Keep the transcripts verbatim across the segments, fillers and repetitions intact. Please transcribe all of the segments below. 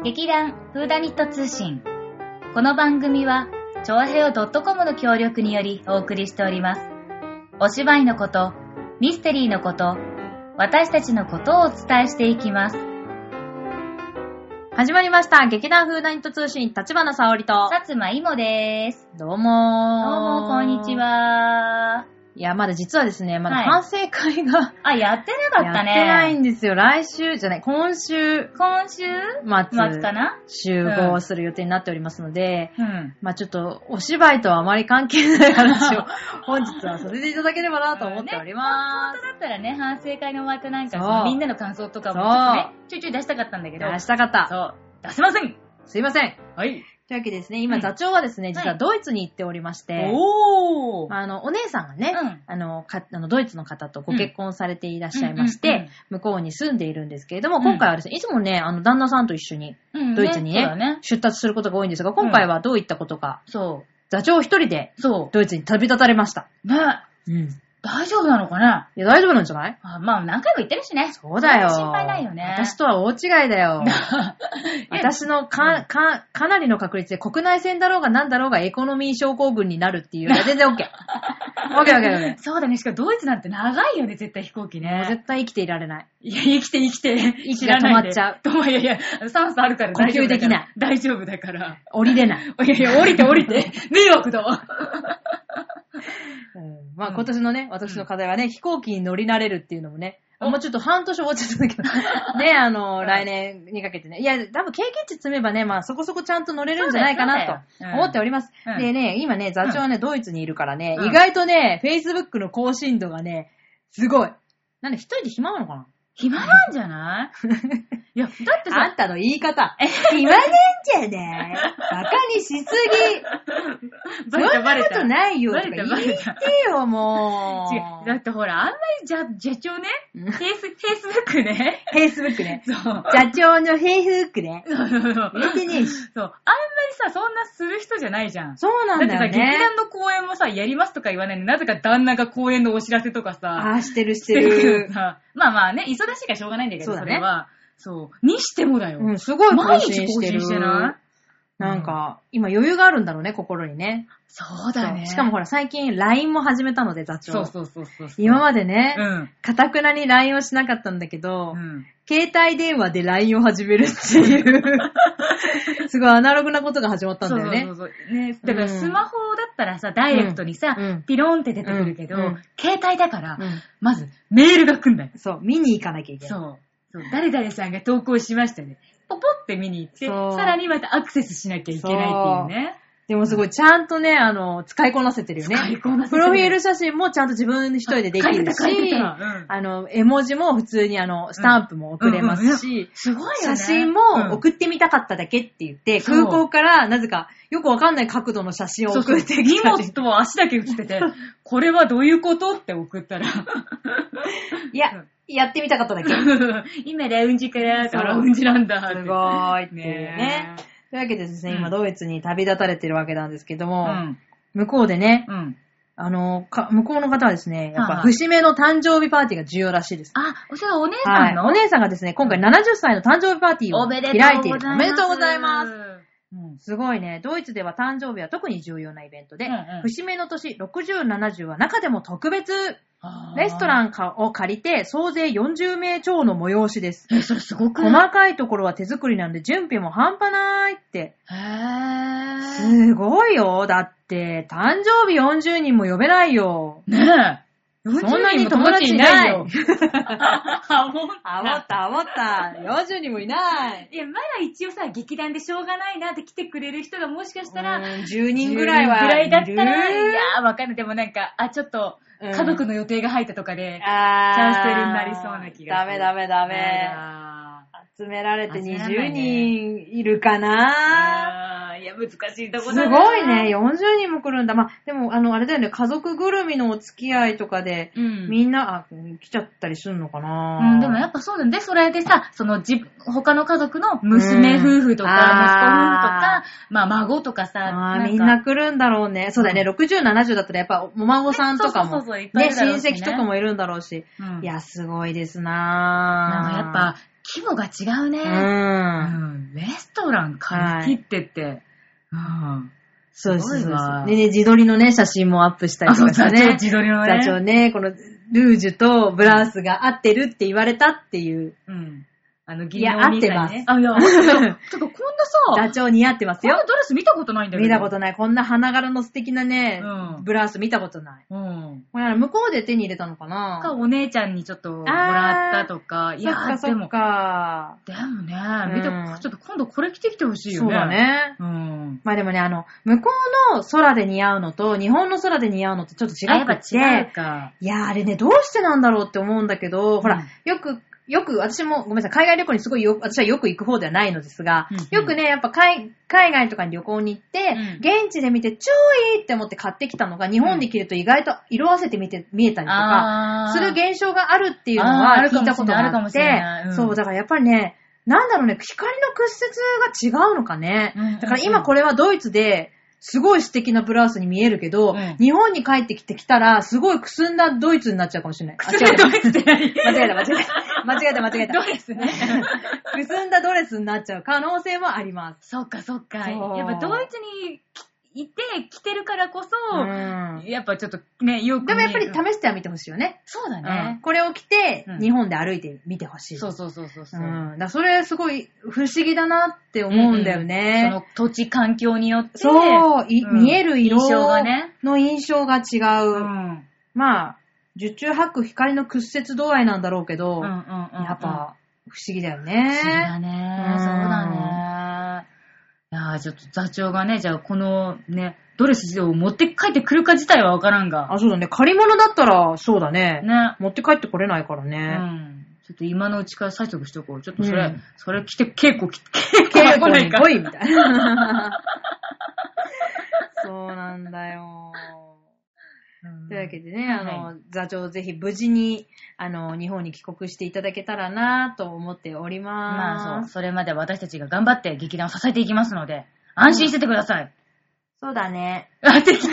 劇団フーダニット通信。この番組はチョアヘオ .com の協力によりお送りしております。お芝居のこと、ミステリーのこと、私たちのことをお伝えしていきます。 始まりました。劇団フーダニット通信、立花沙織と薩摩いもです。 どうもー。 どうも、こんにちは。 いや、まだ実はですね、まだ反省会が、はい、 あ、やってなかったね。 やってないんですよ。来週じゃない、今週。 今週末。 末かな集合する予定になっておりますので、 うん。 まあちょっと、お芝居とはあまり関係ない話を、本日はさせていただければなと思っております。 ね、本当だったらね、反省会の終わったなんか、そのみんなの感想とかもちょっとね、ちょいちょい出したかったんだけど。 出したかった。 そう。出せません。 すいません。 はい。 というわけでですね、今座長はですね、うん、実はドイツに行っておりまして、 おー。 あの、お姉さんがね、うん、あの、かあのドイツの方とご結婚されていらっしゃいまして、うんうんうんうん、向こうに住んでいるんですけれども、うん、今回はですね、いつもね、あの、旦那さんと一緒に、ドイツにね、うんね、出立することが多いんですが、今回はどういったことか、うん、そう。座長一人で、そう。ドイツに旅立たれました。 ね。うん。大丈夫なのかな？ いや、大丈夫なんじゃない？ あ、まあ、何回も言ってるしね。 そうだよ。 心配ないよね。 私とは大違いだよ。私のか、か、かなりの確率で国内線だろうが何だろうがエコノミー症候群になるっていう。いや、全然 OK。OK、OK、OK。 そうだね。しかもドイツなんて長いよね、絶対飛行機ね。 もう絶対生きていられない。 いや、生きて生きて。 息が止まっちゃう。 いやいや、酸素あるから大丈夫。呼吸できない。大丈夫だから。 降りれない。 いやいや、降りて降りて。迷惑だわ。 うん、まあ、今年のね、私の課題はね、うん、飛行機に乗り慣れるっていうのもね、もうちょっと半年終わっちゃったんだけど、ね、あの、来年にかけてね、いや、多分経験値積めばね、まあそこそこちゃんと乗れるんじゃないかなと思っております。うん、でね、今ね、座長はね、ドイツにいるからね、うん、意外とね、Facebook の更新度がね、すごい。なんで一人で暇なのかな？ 暇なんじゃないいや、だってさ、 あんたの言い方。暇なんじゃないバカにしすぎ。バレたバレた。そんなことないよ。バレたバレた。言ってよ、もう。 違う。だってほら、あんまりじゃ、社長ね、フェイス、フェイスブックね。 フェイスブックね。そう。社長のフェイスブックね。そうそうそう。入れてねえし。 そう。あんまりさ、そんなする人じゃないじゃん。 そうなんだよね。 だってさ、劇団の公演もさ、やりますとか言わないのになぜか旦那が公演のお知らせとかさ。 ああ、してるしてる。 まあまあね、忙しいからしょうがないんだけど、そ, ね、それは。そう。にしてもだよ。 うん、すごい更新してる。 毎日更新してない？ なんか、うん、今余裕があるんだろうね、心にね。 そうだね。 しかもほら、最近 ライン も始めたので、座長。 そうそうそうそう。 今までね、うん。かたくなに ライン をしなかったんだけど、うん、携帯電話で ライン を始めるっていう、すごいアナログなことが始まったんだよね。 そうそうそう。ね、だからスマホだったらさ、ダイレクトにさ、うん、ピローンって出てくるけど、うん、携帯だから、うん、まずメールが来んだよ。 そう、見に行かなきゃいけない。 そう。そう誰々さんが投稿しましたね。ポポって見に行って、さらにまたアクセスしなきゃいけないっていうね。 でもすごいちゃんとね、あの、使いこなせてるよね。 使いこなせてる。 プロフィール写真もちゃんと自分一人でできるし、 書いてた書いてた、うん、 あの、絵文字も普通にあの、スタンプも送れますし、 うんうんうん、すごいよね。 写真も送ってみたかっただけって言って、うん、空港からなぜかよくわかんない角度の写真を送ってきたり。 荷物と足だけ写ってて、これはどういうことって送ったら。 いや、やってみたかっただけ。 今ラウンジからラウンジなんだって。 すごーいっていうね。というわけでですね、うん、今ドイツに旅立たれてるわけなんですけども、うん、向こうでね、うん、あのか、向こうの方はですね、やっぱ節目の誕生日パーティーが重要らしいです。 あ、それはお姉さんの、 はい、お姉さんがですね、今回ななじゅっさいの誕生日パーティーを開いている。おめでとうございます。うん、すごいね。ドイツでは誕生日は特に重要なイベントで、うんうん、節目の年ろくじゅう、ななじゅうは中でも特別。レストランを借りて総勢よんじゅうめい超の催しです。 え、それすごく細かいところは手作りなんで準備も半端ないって。 へー。 すごいよ。だって、誕生日よんじゅうにんも呼べないよ。 ねえ。 そんなに友達いないよ。 あもった。 あもった、あもった。よんじゅうにんもいない。 いや、まだ一応さ、劇団でしょうがないなって来てくれる人がもしかしたら、 うん、じゅうにんぐらいは。 ぐらいだったら、いやー、わかんない。でもなんか、あ、ちょっと、家族の予定が入ったとかで、キャンセルになりそうな気がする。 ダメダメダメ。集められてにじゅうにんいるかな、 いや、難しいとこだな。すごいね。よんじゅうにんも来るんだ。まあ、でも、あの、あれだよね。家族ぐるみのお付き合いとかで、うん、みんな、あ、来ちゃったりするのかな、 うん、でもやっぱそうだね。で、それでさ、その、じ、他の家族の娘夫婦とか、うん、息子夫婦とか、まあ、孫とかさ。 ああ、みんな来るんだろうね。そうだよね。ろくじゅう、ななじゅうだったらやっぱ、お孫さんとかも、ね、そうそうそうそうね、親戚とかもいるんだろうし。うん、いや、すごいですなぁ。 なんかやっぱ、 規模が違うね。 うん。 うん、レストラン借り切ってって。はい、うん。 そうですそうです。でね、自撮りのね、写真もアップしたりとかしてね。 自撮りのね。 座長ね、このルージュとブラウスが合ってるって言われたっていう。 うん。あの、 いや、合ってます。 あ、いや、ちょっとこんなさ、 座長似合ってますよ。 こんなドレス見たことないんだけど。 見たことない。こんな花柄の素敵なね、 うん、 ブラウス見たことない。 うん。 これ向こうで手に入れたのかな？ か、お姉ちゃんにちょっともらったとか。 いや、そっかそっか。 でもね、見て、うん、ちょっと今度これ着てきてほしいよね。 そうだね。 うん。 まあでもね、あの、向こうの空で似合うのと、日本の空で似合うのとちょっと違くて。 やっぱ違うか。 いや、あれね、どうしてなんだろうって思うんだけど、うん、ほら、よく、よく、私も、ごめんなさい、海外旅行にすごいよ、私はよく行く方ではないのですが、うんうん、よくね、やっぱ海、海外とかに旅行に行って、うん、現地で見て超いいって思って買ってきたのが、日本で着ると意外と色あせて見て、見えたりとか、する現象があるっていうのは聞いたことがあって、うん、そう、だからやっぱりね、なんだろうね、光の屈折が違うのかね。うんうんうん、だから今これはドイツで、すごい素敵なブラウスに見えるけど、うん、日本に帰ってきてきたら、すごいくすんだドイツになっちゃうかもしれない。 くすんだドイツって何？ 間違えた、間違えた。間違えた、間違えた。 ドレスね。 くすんだドレスになっちゃう可能性もあります。 そっかそっか。やっぱドイツにいて、着てるからこそ、うん、やっぱちょっとね、よく見える。 でもやっぱり試してはみてほしいよね。 そうだね。 うん、これを着て、うん、日本で歩いてみてほしい。 そうそうそうそうそう。 うん。だそれすごい不思議だなって思うんだよね。 うんうん、その土地環境によって。 そう、いうん、見える色印象がね、 の印象が違う。うん、まあ、十中八九光の屈折度合いなんだろうけど、うんうんうんうん、やっぱ不思議だよね。 不思議だね。うん、そうだね。いやーちょっと座長がね、じゃあこのね、ドレスを持って帰ってくるか自体はわからんが。 あ、そうだね。借り物だったら、そうだね。ね。持って帰ってこれないからね。 うん。ちょっと今のうちから催促しとこう。ちょっとそれ、うん、それ着て、稽古着て、 稽古に来いみたいな。そうなんだよ。うん、というわけでね、あの、はい、座長ぜひ無事に、あの、日本に帰国していただけたらなと思っております。 まあそう、それまで私たちが頑張って劇団を支えていきますので、安心しててください。うん、 そうだね。 あ、適当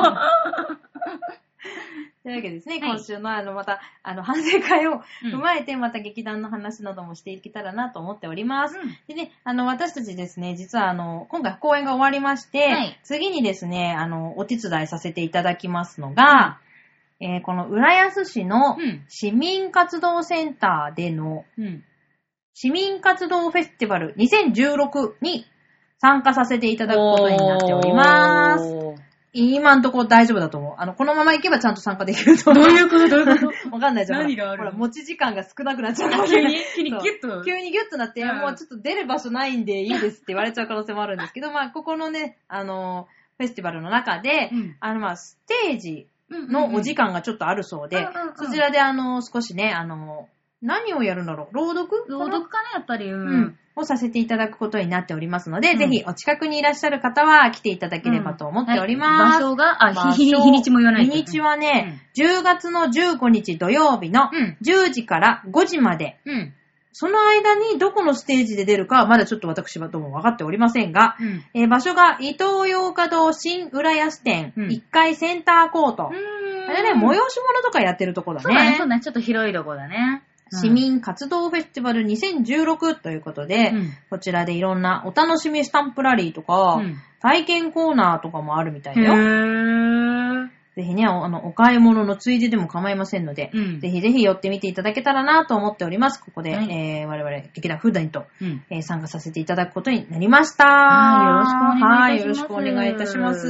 というわけですね、はい、今週のあの、また、あの、反省会を踏まえて、また劇団の話などもしていけたらなと思っております。うん、でね、あの、私たちですね、実はあの、今回公演が終わりまして、はい、次にですね、あの、お手伝いさせていただきますのが、うん、えー、この浦安市の市民活動センターでの、うん、市民活動フェスティバルにせんじゅうろくに参加させていただくことになっております。今んとこ大丈夫だと思う。あの、このまま行けばちゃんと参加できると思う。 どういうことどういうことわかんないじゃん。 何があるほら、持ち時間が少なくなっちゃうかもしれない。 急に、急にギュッと。 急にギュッとなって、うん、もうちょっと出る場所ないんでいいですって言われちゃう可能性もあるんですけど、まあ、ここのね、あの、フェスティバルの中で、うん、あの、まあ、ステージのお時間がちょっとあるそうで、うんうんうん、そちらであの、少しね、あの、何をやるんだろう朗読朗読かなやっぱり、うん。 うんをさせていただくことになっておりますので、うん、ぜひお近くにいらっしゃる方は来ていただければと思っております。 うんはい、場所が、あ、日にちも言わないと。 日にちはね、うん、じゅうがつのじゅうごにち土曜日のじゅうじからごじまで、うん、その間にどこのステージで出るかはまだちょっと私はどうも分かっておりませんが、うんえー、場所が伊東洋華堂新浦安店、うん、いっかいセンターコート。あれね、催し物とかやってるとこだね。 そうだね、そうだね、ちょっと広いとこだね。 市民活動フェスティバルにせんじゅうろくということで、うん、こちらでいろんなお楽しみスタンプラリーとか、うん、体験コーナーとかもあるみたいだよ。へー。ぜひね、あの、お買い物のついででも構いませんので、うん、ぜひぜひ寄ってみていただけたらなと思っております。ここで、はいえー、我々劇団フーダニと、うんえー、参加させていただくことになりました。 よろしくお願いいたします。はい、 よろしくお願いいたします。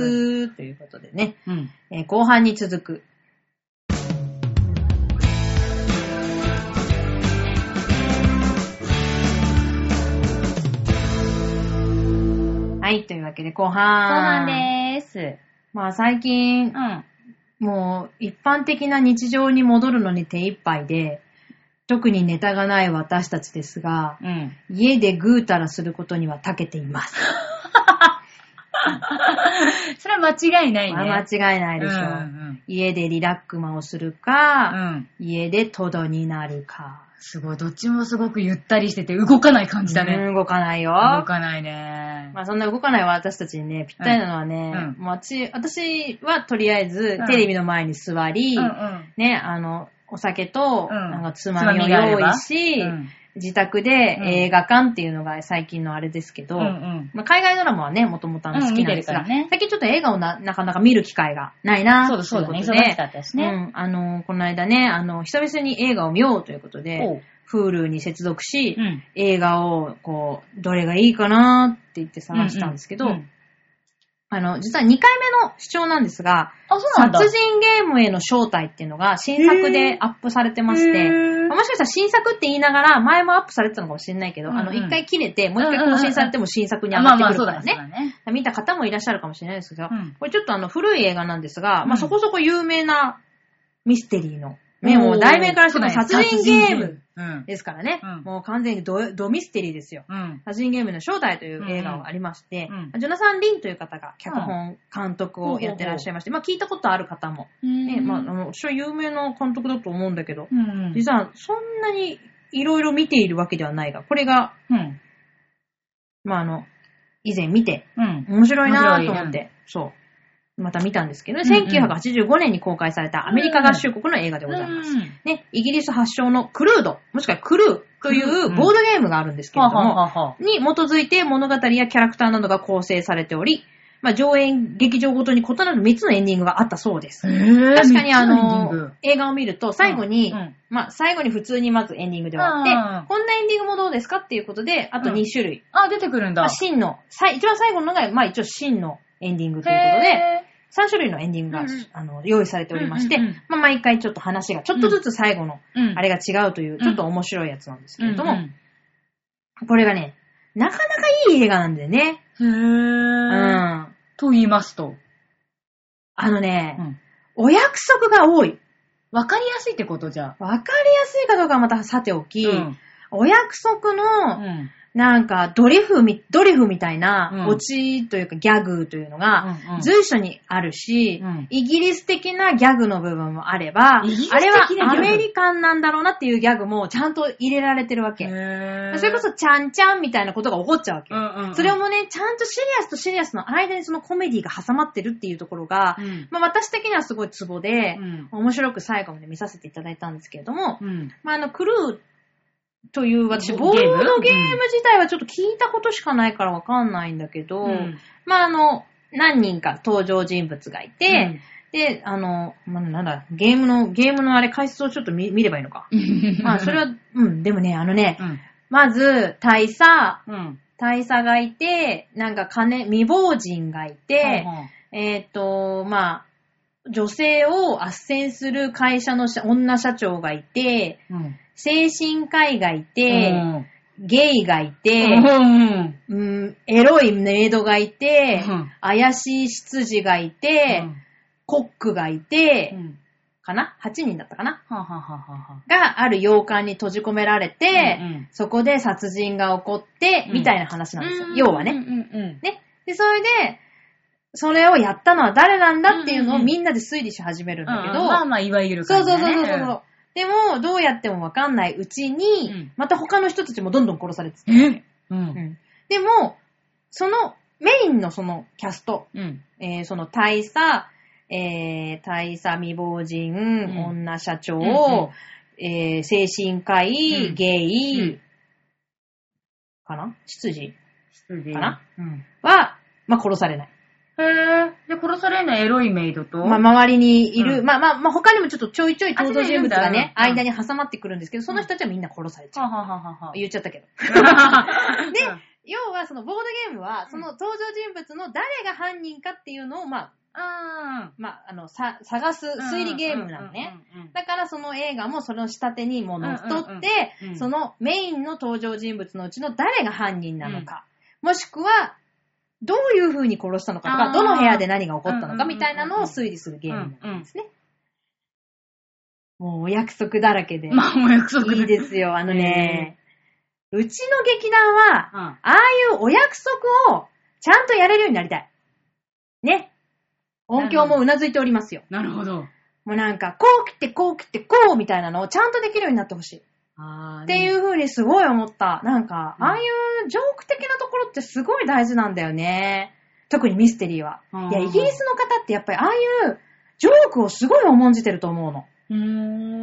ということでね、うんえー、後半に続く、はい、というわけで後半。 後半でーす。 まあ最近、うん、もう一般的な日常に戻るのに手一杯で、特にネタがない私たちですが、うん、家でぐうたらすることには長けています。 それは間違いないね。 まあ、間違いないでしょう、うんうん。家でリラックマをするか、うん、家でトドになるか。 すごい、どっちもすごくゆったりしてて動かない感じだね。 うん、動かないよ。 動かないね。 まあそんな動かない私たちにね、ぴったりなのはね、うんうん、もう私、私はとりあえずテレビの前に座り、うんうん、ね、あの、お酒と、なんかつまみを用意し、うん、 自宅で映画館っていうのが最近のあれですけど、 うんうんまあ、海外ドラマはね、もともと好きなんですが、 うん見てるからね最近ちょっと映画をななかなか見る機会がないなそうだそうだね。 ということで忙しかったしね。 うん、あの、この間ね、あの、久々に映画を見ようということで、 おう Hulu に接続し、 うん映画を、こう、どれがいいかなって言って探したんですけど、 うんうんあの、実はにかいめの視聴なんですが、 あ、そうなんだ。 殺人ゲームへの招待っていうのが新作でアップされてまして、 へーまあもしかしたら新作って言いながら前もアップされてたのかもしれないけど、 うんうんあの、一回切れて、もう一回更新されても新作に上まあまあ、 がってくるそうだね。 からね。 そうだね。 見た方もいらっしゃるかもしれないですけど、 うんこれちょっとあの、古い映画なんですが、 うんまあそこそこ有名なミステリーの、ね、もう題名からしても殺人ゲームうん。 ですからね、 うんもう完全にドドミステリーですよ。 うん。 殺人ゲームの正体という映画がありまして、 うんジョナサン・リンという方が脚本、監督をやってらっしゃいまして、まあ聞いたことある方も、ね、まあ、あの、私は有名な監督だと思うんだけど、 うん。 実はそんなにいろいろ見ているわけではないが、これが、 うん。 まああの、以前見て、 うん。 面白いなと面白い思って、そう。また見たんですけど、 うんうんせんきゅうひゃくはちじゅうごねんに公開されたアメリカ合衆国の映画でございます。 うんね、イギリス発祥のクルード、もしくはクルーというボードゲームがあるんですけれども、 ははははに基づいて物語やキャラクターなどが構成されており、まあ、上演劇場ごとに異なるみっつのエンディングがあったそうです。 へー確かにあみっつのエンディンのグ、 映画を見ると最後に、 うんうんまあ、最後に普通にまずエンディングで終わって、 うんこんなエンディングもどうですかっていうことで、あとに種類。 あ、出てくるんだ。 まあ、真の、さい一番最後のが、まあ一応真のエンディングということで、 へさん種類のエンディングが、 うんうんあの用意されておりまして、 うんうんうんまあ毎回ちょっと話がちょっとずつ最後のーうんあれが違うという、ちょっと面白いやつなんですけれども、 うんうんこれがね、なかなかいい映画なんだよね。 へうー。 ん。 と言いますと。 あのね、 うんお約束が多い。 わかりやすいってことじゃ。 わかりやすいかどうかはまたさておき、 うんお約束うの、 ん。 なんかドリフみ、ドリフみたいなうんオチというかギャグというのがうんうん随所にあるし、 うんイギリス的なギャグの部分もあれば、 イギリスあれは的なギャグアメリカンなんだろうなっていうギャグもちゃんと入れられてるわけ。 へー。 それこそちゃんちゃんみたいなことが起こっちゃうわけ。 うんうんうんそれもね、ちゃんとシリアスとシリアスの間にそのコメディが挟まってるっていうところが、 うんまあ私的にはすごいツボで、 うん面白く最後まで見させていただいたんですけれども、 うん。 まああの、クルーという私、 ボゲームボードゲーム自体はちょっと聞いたことしかないからわかんないんだけど、 うんまああの、何人か登場人物がいて、 うんで、あの、まあ、なんだ、ゲームの、ゲームのあれ解説をちょっと見見ればいいのか。まあそれは、うん、でもね、あのね、 うん。 まず、大佐、 うん。 大佐がいて、なんか金、未亡人がいて、 ほうほうえーっと、まあ、女性を斡旋する会社の社女社長がいて、 うん。 精神科医がいて、 うんゲイがいて、 うんうん、エロいメイドがいて、 うん怪しい執事がいて、コックがいて、 うんかな ?はち 人だったかなはあはあはあはあがある洋館に閉じ込められて、 うんうんそこで殺人が起こって、 うんみたいな話なんですよ。 うん要はね。 うんうんね。で、それで、それをやったのは誰なんだっていうのうんうんうんをみんなで推理し始めるんだけど、 うんまあまあ、いわゆるそうそう感じだね。 そうそうそう。でも、どうやってもわかんないうちに、 うんまた他の人たちもどんどん殺されてた。 えう。 うんんでも、そのメインのそのキャスト、 うん。 えーその大佐、えー、大佐未亡人、 ん女社長、 うんうんえー精神科医、 うんゲイ、 うんかな執事羊かなうん。 は、まあ、殺されない。 へぇー。で、殺されるのはエロいメイドと、 まあ、周りにいる、 うんまあまあ、まあ、他にもちょっとちょいちょい登場人物がね、 あちょいちょいいるんだ間に挟まってくるんですけど、その人たちはみんな殺されちゃう。 ははははは。 言っちゃったけど。 でで、要はそのボードゲームは、その登場人物の誰が犯人かっていうのを、まあ、 うん。 まあ、あの、さ、探す推理ゲームなのね。 うんうんうんうん。 だからその映画もその仕立てにものっとって、 うんうんうんそのメインの登場人物のうちの誰が犯人なのか、もしくは、どういう風に殺したのかとか、 あーどの部屋で何が起こったのうんうんうんうんかみたいなのを推理するゲームなんですね。もうお約束だらけで。 まあ、お約束いいですよ。あのね、うちの劇団は、 うん。 ああいうお約束をちゃんとやれるようになりたい。ね。音響もうなずいておりますよ。 なるほど。 もうなんか、こう来て、こう来て、こうみたいなのをちゃんとできるようになってほしい。 あーっていう風にすごい思った。なんか、 うんああいうジョーク的なところってすごい大事なんだよね。特にミステリーは。 うんいや、イギリスの方ってやっぱりああいうジョークをすごい重んじてると思うの。 うーん。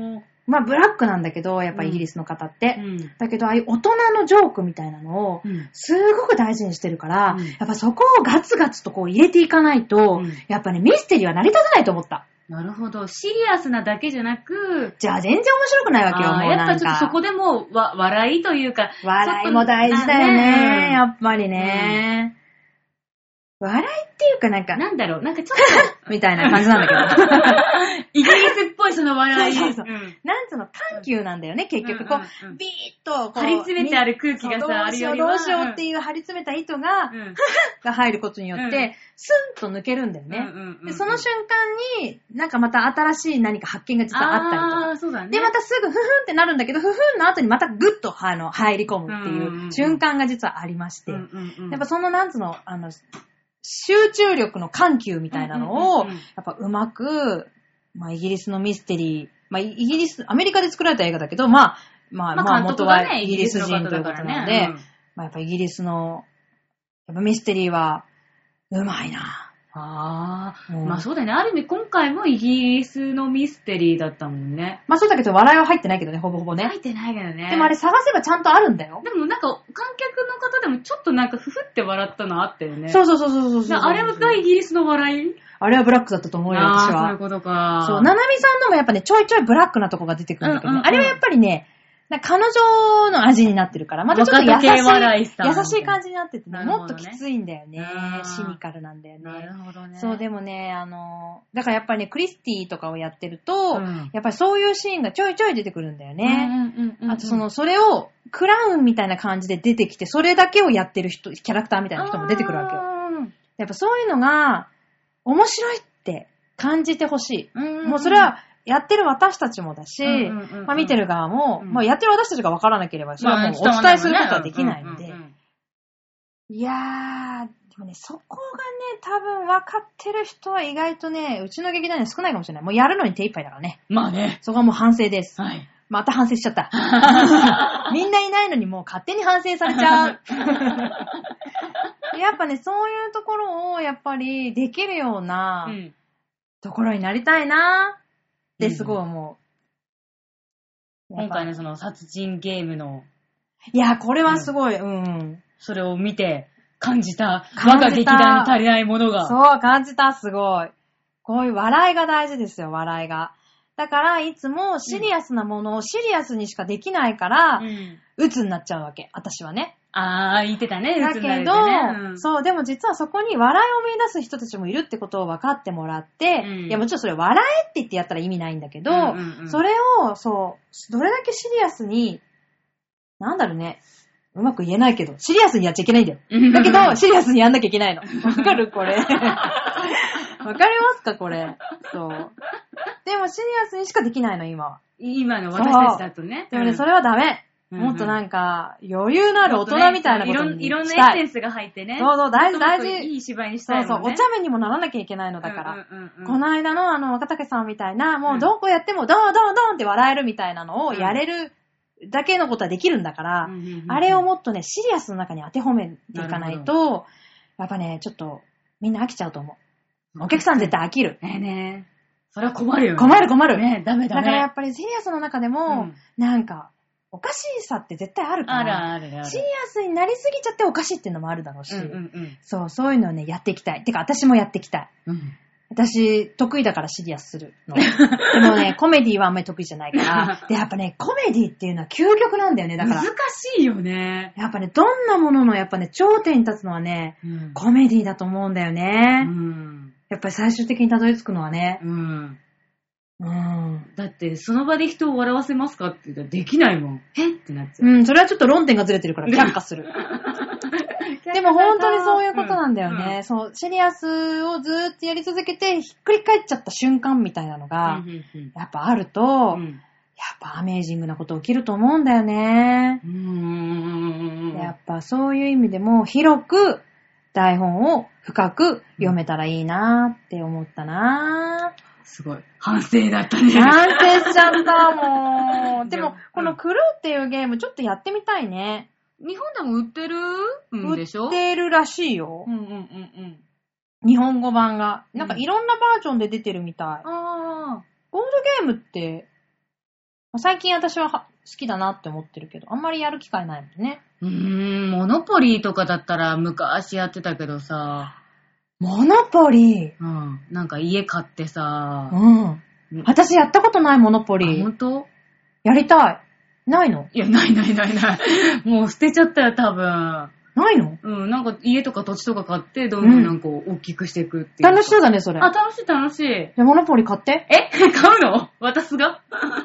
まあブラックなんだけど、やっぱイギリスの方って。 うん、 だけど、ああいう大人のジョークみたいなのを、すごく大事にしてるから、うん、やっぱそこをガツガツとこう入れていかないと、うん、やっぱね、ミステリーは成り立たないと思った。 なるほど。シリアスなだけじゃなく、 じゃあ全然面白くないわけよ、もうなんか。 やっぱちょっとそこでもわ笑いというか。 笑いも大事だよね、ねやっぱりね。うん、笑いっていうかなんか。 なんだろう、なんかちょっと、みたいな感じなんだけど。 イギリスっぽいその笑い。 そうそうそう、うん、なんつうの、緩急なんだよね、結局。こう、うんうんうん、ビーッとこう、 張り詰めてある空気がさ、あるよりは。 どうしようどうしようっていう張り詰めた糸が、うん、が入ることによって、うん、スンと抜けるんだよね、うんうんうんうん。で、その瞬間に、なんかまた新しい何か発見が実はあったりとか。 あ、そうだね。 で、またすぐフフンってなるんだけど、フフンの後にまたグッとあの入り込むっていう瞬間が実はありまして、うんうんうん、やっぱそのなんつうの、あの、集中力の緩急みたいなのを、やっぱうまく、まあイギリスのミステリー、まあイギリス、アメリカで作られた映画だけど、まあ、まあ、まあ元はイギリス人ということなので、まあやっぱイギリスの、やっぱミステリーは、うまいな。 ああ、うん、まあそうだね。ある意味今回もイギリスのミステリーだったもんね。 まあそうだけど笑いは入ってないけどね、ほぼほぼね。 入ってないけどね。 でもあれ探せばちゃんとあるんだよ。 でもなんか観客の方でもちょっとなんかふふって笑ったのあったよね。 そうそうそうそうそうそう。 あれがイギリスの笑い？ あれはブラックだったと思うよ、私は。 そういうことか。 そう、ななみさんのもやっぱね、ちょいちょいブラックなとこが出てくるんだけどね。うんうんうん、あれはやっぱりね、彼女の味になってるから、またちょっと優しい、優しい感じになっててね、もっときついんだよね。シニカルなんだよね。 なるほどね。 そう、でもね、あの、だからやっぱりね、クリスティとかをやってると、うん、やっぱりそういうシーンがちょいちょい出てくるんだよね。うんうんうんうん、あとその、それを、クラウンみたいな感じで出てきて、それだけをやってる人、キャラクターみたいな人も出てくるわけよ。やっぱそういうのが、面白いって感じてほしい。うんうんうん、もうそれは、やってる私たちもだし、うんうんうんうん、まあ見てる側も、うん、まあやってる私たちが分からなければ、それはもうお伝えすることはできないので。いやー、でもね、そこがね、多分分かってる人は意外とね、うちの劇団には少ないかもしれない。もうやるのに手一杯だからね。 まあね。 そこはもう反省です。 はい。 また反省しちゃった。みんないないのにもう勝手に反省されちゃう。やっぱね、そういうところをやっぱりできるようなところになりたいなってすごい思う。うん、今回のその殺人ゲームの。 いや、これはすごい、うん、うん。 それを見て感じた。我が劇団に足りないものが。 そう、感じた、すごい。こういう笑いが大事ですよ、笑いが。だから、いつもシリアスなものをシリアスにしかできないから、うん、鬱になっちゃうわけ。私はね。 あー、言ってたね。 だけど、ねうん、そう、でも実はそこに笑いを見出す人たちもいるってことを分かってもらって、うん、いや、もちろんそれ笑えって言ってやったら意味ないんだけど、うんうんうん、それを、そう、どれだけシリアスに、なんだろうね、うまく言えないけど、シリアスにやっちゃいけないんだよ。だけど、シリアスにやんなきゃいけないの。わかるこれ。わかりますかこれ。そう。でもシリアスにしかできないの、今は。 今の私たちだとね。 でもね、それはダメ。もっとなんか、余裕のある大人みたいなことにしたい。 いろんなエッセンスが入ってね。 そうそう、大事大事。 いい芝居にしたいもんね。 そうそう、お茶目にもならなきゃいけないのだから。うんうんうんうん、この間のあの、若竹さんみたいな、もうどこやってもドーンドーンドーンって笑えるみたいなのをやれるだけのことはできるんだから、うんうんうんうん、あれをもっとね、シリアスの中に当てはめていかないと、やっぱね、ちょっと、みんな飽きちゃうと思う。お客さん絶対飽きる。 ねえねえ。それは困るよね。 困る困る。 ねえ、ダメダメ。 だからやっぱりシリアスの中でも、うん、なんか、おかしいさって絶対あるから、 あるあるあるシリアスになりすぎちゃっておかしいっていうのもあるだろうし、 うんうんうん、 そう、そういうのをね、やっていきたい。てか、私もやっていきたい。うん、私、得意だからシリアスするの。でもね、コメディはあんまり得意じゃないから、で、やっぱね、コメディっていうのは究極なんだよね、だから。 難しいよね。 やっぱね、どんなものの、やっぱね、頂点に立つのはね、うん、コメディだと思うんだよね。うん、やっぱり最終的にたどり着くのはね。 うんうん、 だって、その場で人を笑わせますかって言ったらできないもん。えってなっちゃう。うん、それはちょっと論点がずれてるから却下する。でも本当にそういうことなんだよね。うん、そう、シリアスをずーっとやり続けて、ひっくり返っちゃった瞬間みたいなのが、やっぱあると、うん、やっぱアメージングなこと起きると思うんだよね。 うーんやっぱそういう意味でも、広く台本を深く読めたらいいなーって思ったなー。 すごい。反省だったね。 反省しちゃったもん。でも、このクルーっていうゲームちょっとやってみたいね。 日本でも売ってるんでしょ？ 売ってるらしいよ。 うんうんうんうん。 日本語版が。なんかいろんなバージョンで出てるみたい。 ああ。 ボードゲームって、 最近私は好きだなって思ってるけど、あんまりやる機会ないもんね。 うーん、モノポリーとかだったら昔やってたけどさ。 モノポリー。 うん。なんか家買ってさ。 うん。私やったことないモノポリー。 ほんと？ やりたい。ないの？ いや、ないないないない。もう捨てちゃったよ、多分。 ないの？ うん、なんか家とか土地とか買って、どんどんなんか大きくしていくっていう。 楽しそうだね、それ。 あ、楽しい楽しい。 じゃあモノポリー買って。 え買うの？私が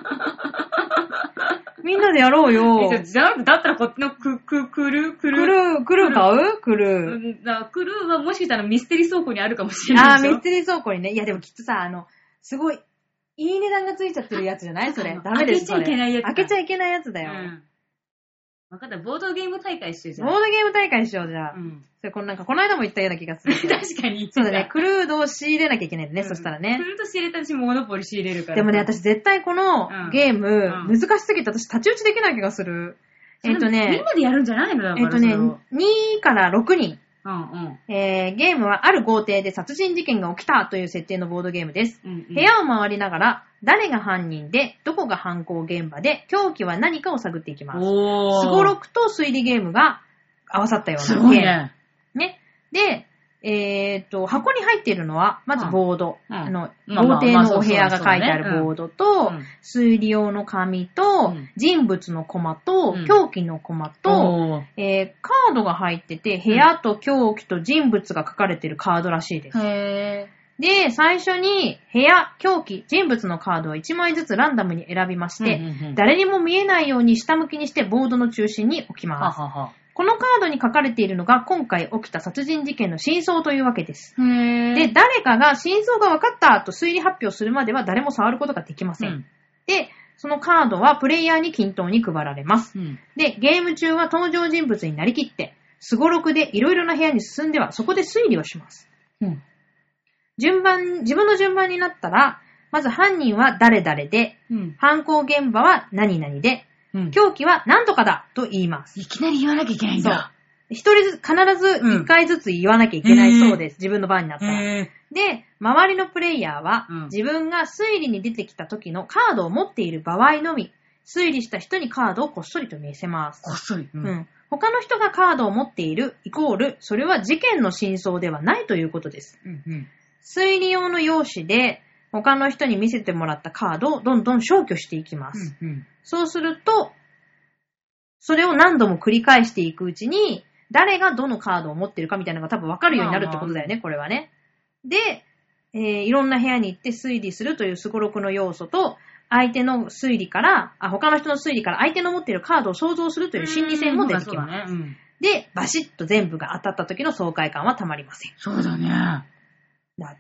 みんなでやろうよ。 え、じゃあ、だったらこっちのク、ク、クルー、クルー。 クルー、クルー買う？クルー。 うん、だクルーはもしかしたらミステリー倉庫にあるかもしれないでしょ。 あー、ミステリー倉庫にね。いや、でもきっとさ、あの、すごい、いい値段がついちゃってるやつじゃないそれ。ダメです。 開けちゃいけないやつ。 開けちゃいけないやつだよ。 うん。分かった。ボードゲーム大会しようじゃん。 ボードゲーム大会しようじゃあ。 うん。 それこのなんか、この間も言ったような気がする。 確かに。 そうだね。クルードを仕入れなきゃいけないんだね、うん、そしたらね。 クルード仕入れたし、モノポリ仕入れるから。 でもね、私絶対このゲーム、うん、難しすぎて私太刀打ちできない気がする。えっとね。 みんなでやるんじゃないのだから。 えっとね、にからろくにん。 うんうんえー、ゲームはある豪邸で殺人事件が起きたという設定のボードゲームです。うんうん、部屋を回りながら、誰が犯人で、どこが犯行現場で、凶器は何かを探っていきます。すごろくと推理ゲームが合わさったようなゲーム。 すごいね。 ね。で、えー、っと、箱に入っているのは、まずボード。うん、あの、 うん、 豪邸のお部屋が書いてあるボードと、推理用の紙と、うん、人物のコマと、うん、凶器のコマと、えー、カードが入ってて、部屋と凶器と人物が書かれているカードらしいです。 へー。 で、最初に部屋、凶器、人物のカードをいちまいずつランダムに選びまして、うんうんうん、誰にも見えないように下向きにしてボードの中心に置きます。はははこのカードに書かれているのが今回起きた殺人事件の真相というわけです。 へー。 で、誰かが真相が分かったと推理発表するまでは誰も触ることができません。うん、で、そのカードはプレイヤーに均等に配られます。うん、で、ゲーム中は登場人物になりきって、すごろくでいろいろな部屋に進んではそこで推理をします。うん、順番、自分の順番になったら、まず犯人は誰々で、うん、犯行現場は何々で、うん、凶器は何とかだと言います。 いきなり言わなきゃいけないんだ。 一人ずつ、必ず一回ずつ言わなきゃいけないそうです。うん、自分の番になったら。で、周りのプレイヤーは、うん、自分が推理に出てきた時のカードを持っている場合のみ、推理した人にカードをこっそりと見せます。 こっそり、うんうん、他の人がカードを持っている、イコール、それは事件の真相ではないということです。うんうん、推理用の用紙で、他の人に見せてもらったカードをどんどん消去していきます。うんうん、そうすると、それを何度も繰り返していくうちに、誰がどのカードを持ってるかみたいなのが多分分かるようになるってことだよね、これはね。で、えー、いろんな部屋に行って推理するというすごろくの要素と、相手の推理から、あ、他の人の推理から相手の持っているカードを想像するという心理戦も出てきます。ねうん、で、バシッと全部が当たった時の爽快感はたまりません。 そうだね。 だって、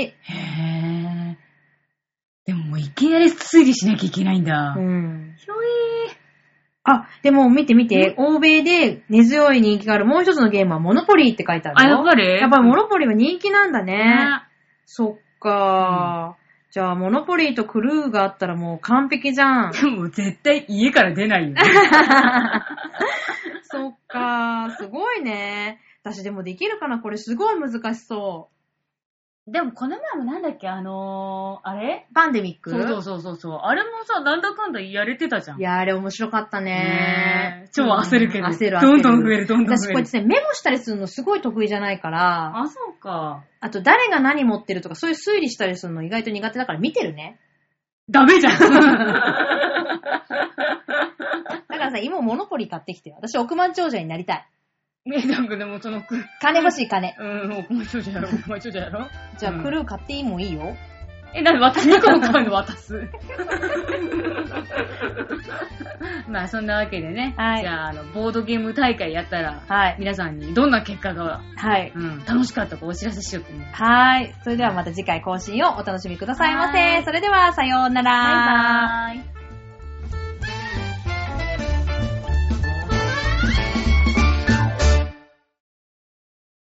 へー。でももういきなり推理しなきゃいけないんだ。 うん。 ひょいー。 あ、でも見て見て、欧米で根強い人気があるもう一つのゲームはモノポリーって書いてあるよ。 あ、やっぱりやっぱりモノポリーは人気なんだね。 ねそっか、うん、じゃあモノポリーとクルーがあったらもう完璧じゃん。 でも絶対家から出ないよね。 そっかすごいね。私でもできるかなこれすごい難しそう。 でもこの前もなんだっけあのー、あれパンデミックそうそうそうそう。あれもさ、なんだかんだやれてたじゃん。 いや、あれ面白かったね。 ね超焦るけど、 うん。焦る焦る。 どんどん増える、どんどん増える。 私こうやってね、メモしたりするのすごい得意じゃないから。 あ、そうか。 あと誰が何持ってるとかそういう推理したりするの意外と苦手だから見てるね。 ダメじゃん。 だからさ、今モノポリー買ってきてよ。私億万長者になりたい。 ねえ、なんかでもその、 金欲しい金。 うん、億万長者やろ、億万長者やろ。 じゃあ、うん、クルー買っていいもんいいよ。 え、なに渡すにこも買うの渡す。まあ、そんなわけでね。はい。じゃあ、あの、ボードゲーム大会やったら、はい。皆さんにどんな結果が、はい。うん、楽しかったかお知らせしようと思います。 はい。それではまた次回更新をお楽しみくださいませ。それでは、さようなら。 バイバーイ。